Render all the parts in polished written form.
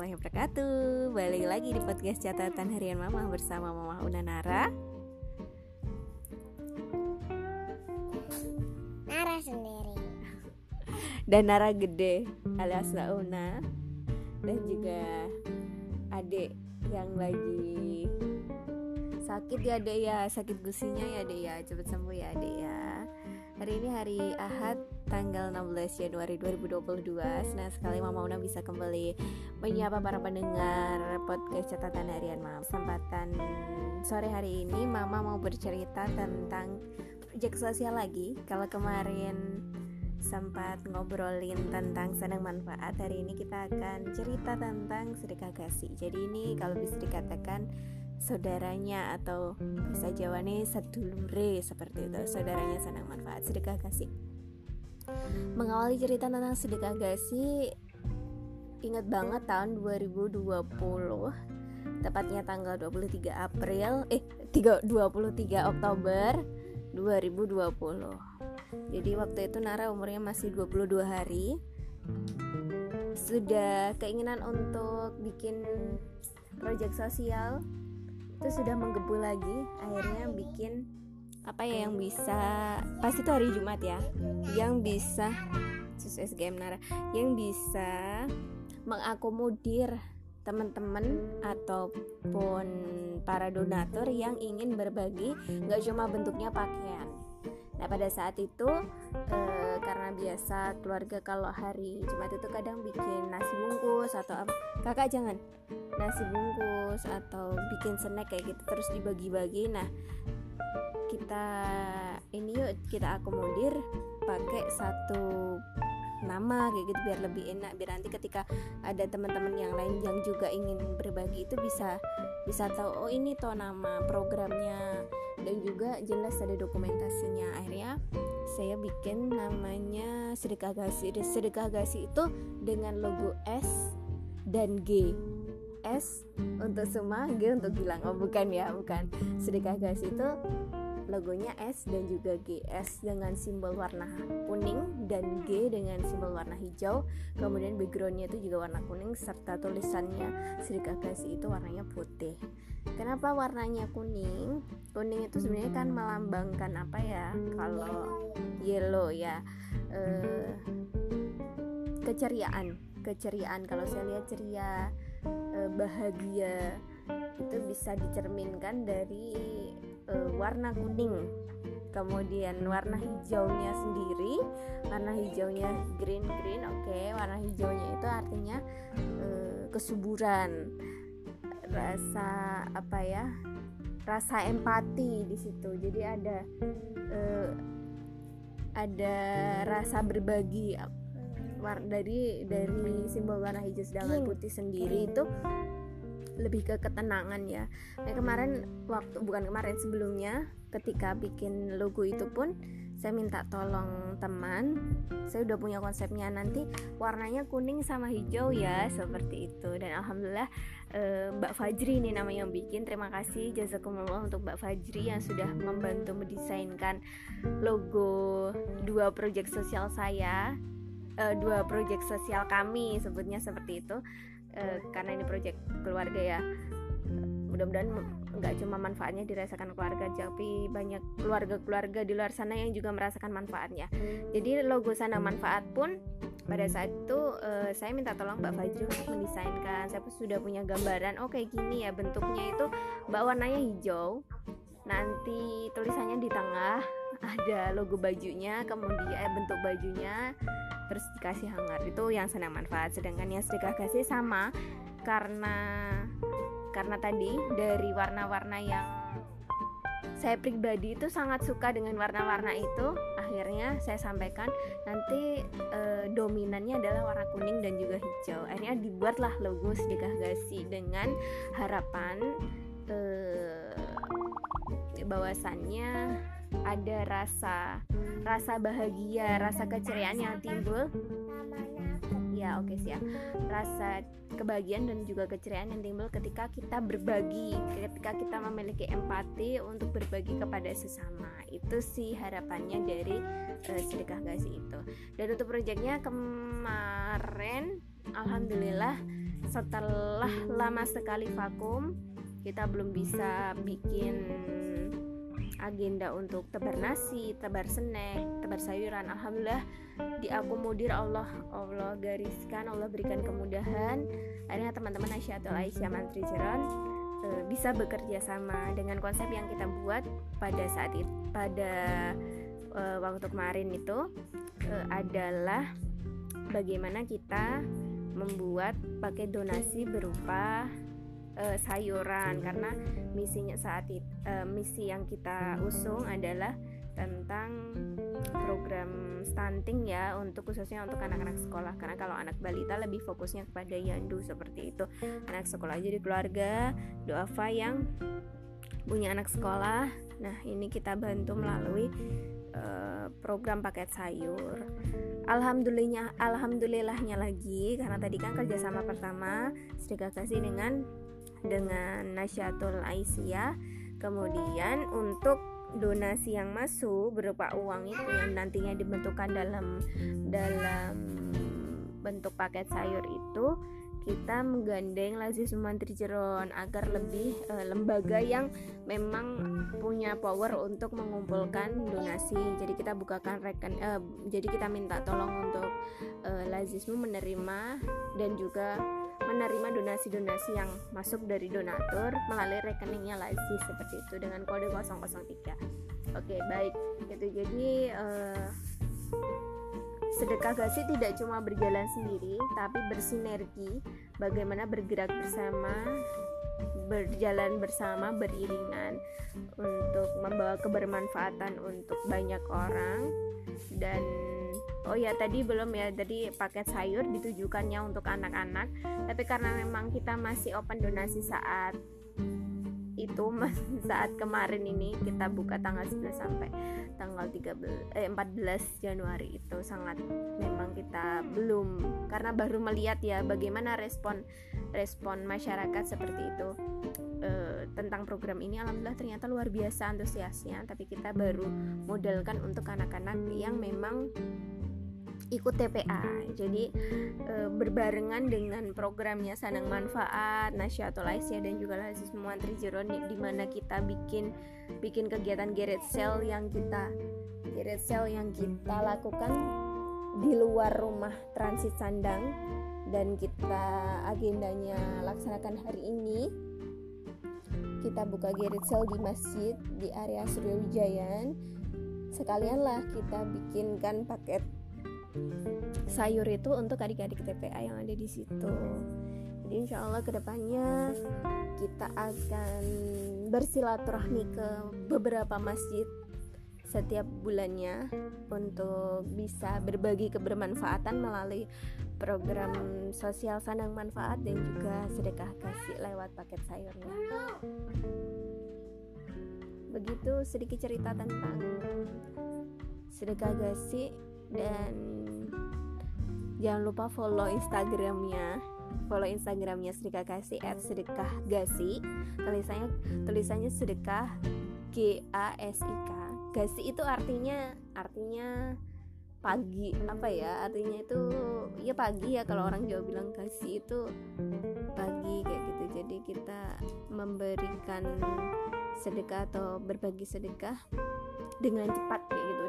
warahmatullahi wabarakatuh. Balik lagi di podcast catatan harian Mama bersama Mama Una Nara sendiri dan Nara Gede alias Una, dan juga adik yang lagi sakit ya Dek ya, sakit gusinya ya Dek ya, cepet sembuh ya Dek ya. Hari ini hari Ahad tanggal 16 Januari 2022. Senang sekali Mama Una bisa kembali menyapa para pendengar podcast catatan harian Mama. Kesempatan sore hari ini Mama mau bercerita tentang proyek sosial lagi. Kalau kemarin sempat ngobrolin tentang sedang manfaat, hari ini kita akan cerita tentang sedekah kasih. Jadi ini kalau bisa dikatakan saudaranya atau bahasa Jawa nih sedulure, seperti itu, saudaranya sedang manfaat sedekah kasih. Mengawali cerita tentang sedekah kasih, ingat banget tahun 2020, tepatnya tanggal 23 Oktober 2020. Jadi waktu itu Nara umurnya masih 22 hari. Sudah keinginan untuk bikin proyek sosial itu sudah menggebu lagi. Akhirnya bikin apa ya yang bisa, pas itu hari Jumat ya, yang bisa SGM Nara, yang bisa mengakomodir teman-teman ataupun para donatur yang ingin berbagi, gak cuma bentuknya pakaian. Nah pada saat itu karena biasa keluarga kalau hari Jumat itu kadang bikin nasi bungkus atau kakak jangan nasi bungkus atau bikin snack kayak gitu terus dibagi-bagi. Nah kita ini yuk kita akomodir pakai satu nama kayak gitu biar lebih enak, biar nanti ketika ada teman-teman yang lain yang juga ingin berbagi itu bisa tahu, oh ini toh nama programnya, dan juga jelas ada dokumentasinya. Akhirnya saya bikin namanya sedekah kasih. Sedekah kasih itu dengan logo S dan G. S untuk Suma, G untuk Gilang. Oh bukan ya, bukan. Sedekah kasih itu logonya S dan juga G. S dengan simbol warna kuning dan G dengan simbol warna hijau. Kemudian backgroundnya itu juga warna kuning serta tulisannya sedekah kasih itu warnanya putih. Kenapa warnanya kuning? Kuning itu sebenarnya kan melambangkan apa ya? Kalau yellow ya, keceriaan. Kalau saya lihat ceria, bahagia itu bisa dicerminkan dari warna kuning. Kemudian warna hijaunya sendiri, warna hijaunya green, oke. Warna hijaunya itu artinya kesuburan, rasa apa ya? Rasa empati di situ. Jadi ada rasa berbagi dari simbol warna hijau, sedangkan putih sendiri itu lebih ke ketenangan ya. Sebelumnya ketika bikin logo itu pun saya minta tolong teman. Saya udah punya konsepnya, nanti warnanya kuning sama hijau ya, seperti itu. Dan alhamdulillah Mbak Fajri ini namanya yang bikin. Terima kasih jazakumullah untuk Mbak Fajri yang sudah membantu mendesainkan logo dua proyek sosial saya, dua proyek sosial kami, sebutnya seperti itu. Karena ini proyek keluarga ya, mudah-mudahan nggak cuma manfaatnya dirasakan keluarga, tapi banyak keluarga-keluarga di luar sana yang juga merasakan manfaatnya. Jadi logo Sandang Manfaat pun pada saat itu saya minta tolong Mbak Fajri untuk mendesainkan. Saya pun sudah punya gambaran, oh kayak gini ya bentuknya, itu Mbak warnanya hijau, nanti tulisannya di tengah ada logo bajunya, kemudian bentuk bajunya, terus dikasih hangar, itu yang Sandang Manfaat. Sedangkan yang sedekah kasih sama, karena tadi dari warna-warna yang saya pribadi itu sangat suka dengan warna-warna itu, akhirnya saya sampaikan nanti dominannya adalah warna kuning dan juga hijau. Akhirnya dibuatlah logo sedekah kasih dengan harapan bahwasannya ada rasa bahagia, rasa keceriaan yang timbul. Ya oke siap. Rasa kebahagiaan dan juga keceriaan yang timbul ketika kita berbagi, ketika kita memiliki empati untuk berbagi kepada sesama. Itu sih harapannya dari sedekah kasih itu. Dan untuk proyeknya kemarin alhamdulillah setelah lama sekali vakum, kita belum bisa bikin agenda untuk tebar nasi, tebar snack, tebar sayuran. Alhamdulillah diakomodir Allah gariskan, Allah berikan kemudahan. Akhirnya teman-teman Nasyatul Aisyah Mantri Jeron bisa bekerja sama dengan konsep yang kita buat pada saat itu, pada waktu kemarin itu adalah bagaimana kita membuat paket donasi berupa sayuran, karena misinya saat itu, misi yang kita usung adalah tentang program stunting ya, untuk khususnya untuk anak-anak sekolah, karena kalau anak balita lebih fokusnya kepada yandu seperti itu, anak sekolah. Jadi keluarga duafa yang punya anak sekolah, nah ini kita bantu melalui program paket sayur. Alhamdulillahnya lagi, karena tadi kan kerjasama pertama sedekah kasih dengan Nasyatul Aisyah. Kemudian untuk donasi yang masuk berupa uang itu yang nantinya dibentukkan dalam bentuk paket sayur itu, kita menggandeng Lazis Mantri Jeron agar lebih lembaga yang memang punya power untuk mengumpulkan donasi. Jadi kita bukakan jadi kita minta tolong untuk Lazismu menerima dan juga menerima donasi-donasi yang masuk dari donatur melalui rekeningnya Lazis seperti itu dengan kode 003. Oke, baik. Gitu. Jadi sedekah kasih tidak cuma berjalan sendiri, tapi bersinergi. Bagaimana bergerak bersama, berjalan bersama, beriringan untuk membawa kebermanfaatan untuk banyak orang. Dan tadi paket sayur ditujukannya untuk anak-anak, tapi karena memang kita masih open donasi saat itu, saat kemarin ini kita buka tanggal 11 sampai tanggal 14 Januari itu sangat, memang kita belum, karena baru melihat ya bagaimana respon masyarakat seperti itu tentang program ini. Alhamdulillah ternyata luar biasa antusiasnya, tapi kita baru modelkan untuk anak-anak yang memang ikut TPA. Jadi berbarengan dengan programnya Sandang Manfaat, Nasyatul Aisyah dan juga Lazis Mantri Jeron, di mana kita bikin kegiatan garage sale yang kita lakukan di luar rumah transit Sandang, dan kita agendanya laksanakan hari ini. Kita buka garage sale di masjid di area Suryawijaya. Sekalianlah kita bikinkan paket sayur itu untuk adik-adik TPA yang ada di situ. Jadi insya Allah kedepannya kita akan bersilaturahmi ke beberapa masjid setiap bulannya untuk bisa berbagi kebermanfaatan melalui program sosial Sandang Manfaat dan juga sedekah kasih lewat paket sayurnya. Begitu sedikit cerita tentang sedekah kasih. Dan jangan lupa follow Instagramnya sedekah kasih @sedekahgasi. Tulisannya sedekah GASIK. Gasi itu artinya pagi, artinya itu ya pagi ya, kalau orang Jawa bilang gasi itu pagi kayak gitu. Jadi kita memberikan sedekah atau berbagi sedekah dengan cepat kayak gitu,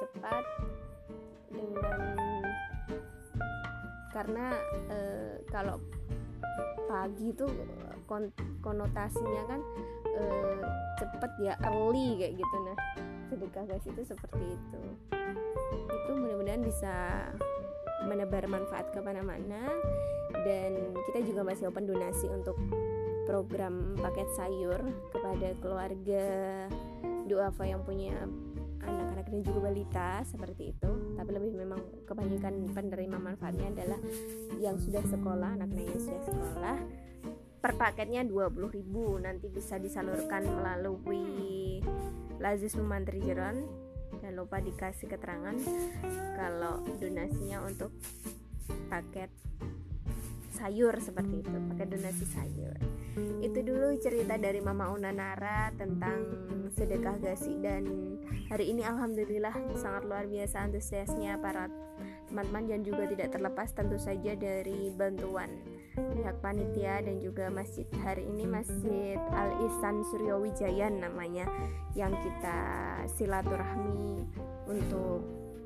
karena kalau pagi itu konotasinya kan cepet ya, early kayak gitu. Nah, sedekah kasih itu seperti itu mudah-mudahan bisa menebar manfaat kemana-mana. Dan kita juga masih open donasi untuk program paket sayur kepada keluarga duafa yang punya anak-anak dan juga balita seperti itu. Tapi lebih memang kebanyakan penerima manfaatnya adalah yang sudah sekolah, anak-anak yang sudah sekolah. Per paketnya 20.000, nanti bisa disalurkan melalui Lazis Mantri Jeron. Jangan lupa dikasih keterangan kalau donasinya untuk paket sayur seperti itu, paket donasi sayur. Itu dulu cerita dari Mama Unanara tentang sedekah gasi. Dan hari ini alhamdulillah sangat luar biasa antusiasnya para teman-teman, dan juga tidak terlepas tentu saja dari bantuan pihak panitia dan juga masjid. Hari ini Masjid Al Ihsan Suryawijaya namanya, yang kita silaturahmi untuk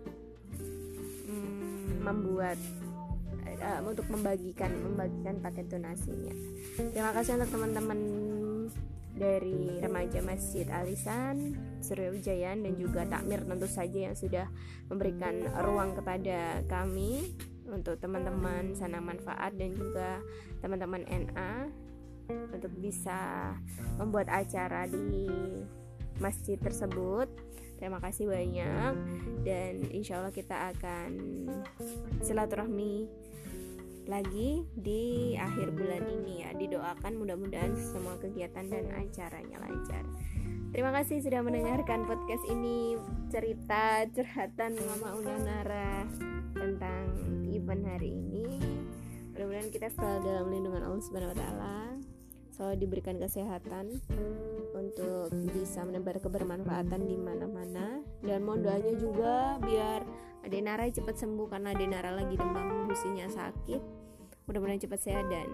untuk membagikan paket donasinya. Terima kasih untuk teman-teman dari remaja Masjid Al Ihsan Suryawijaya dan juga takmir tentu saja yang sudah memberikan ruang kepada kami untuk teman-teman Sanang Manfaat dan juga teman-teman NA untuk bisa membuat acara di masjid tersebut. Terima kasih banyak, dan insya Allah kita akan silaturahmi lagi di akhir bulan ini ya. Didoakan mudah-mudahan semua kegiatan dan acaranya lancar. Terima kasih sudah mendengarkan podcast ini, cerita curhatan Mama Una Nara tentang event hari ini. Mudah-mudahan kita selalu dalam lindungan Allah Subhanahu wa taala, selalu diberikan kesehatan untuk bisa menebar kebermanfaatan di mana-mana, dan mohon doanya juga biar Ade Nara cepat sembuh, karena Ade Nara lagi demam, gusinya sakit. Mudah-mudahan cepat sehat dan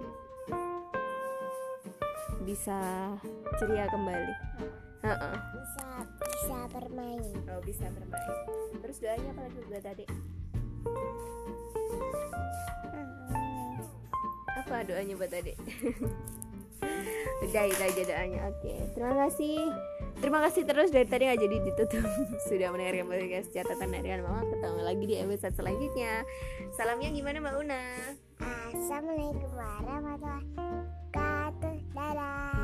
bisa ceria kembali. Bisa bermain. Oh, bisa bermain. Terus doanya apa lagi buat Ade? Apa doanya buat Ade? Udah itu aja doanya. Oke, terima kasih terus dari tadi nggak jadi ditutup. Sudah mendengarkan podcast catatan harian Mama. Ketemu lagi di episode selanjutnya. Salamnya gimana Mbak Una? Assalamualaikum warahmatullahi wabarakatuh. Dadah.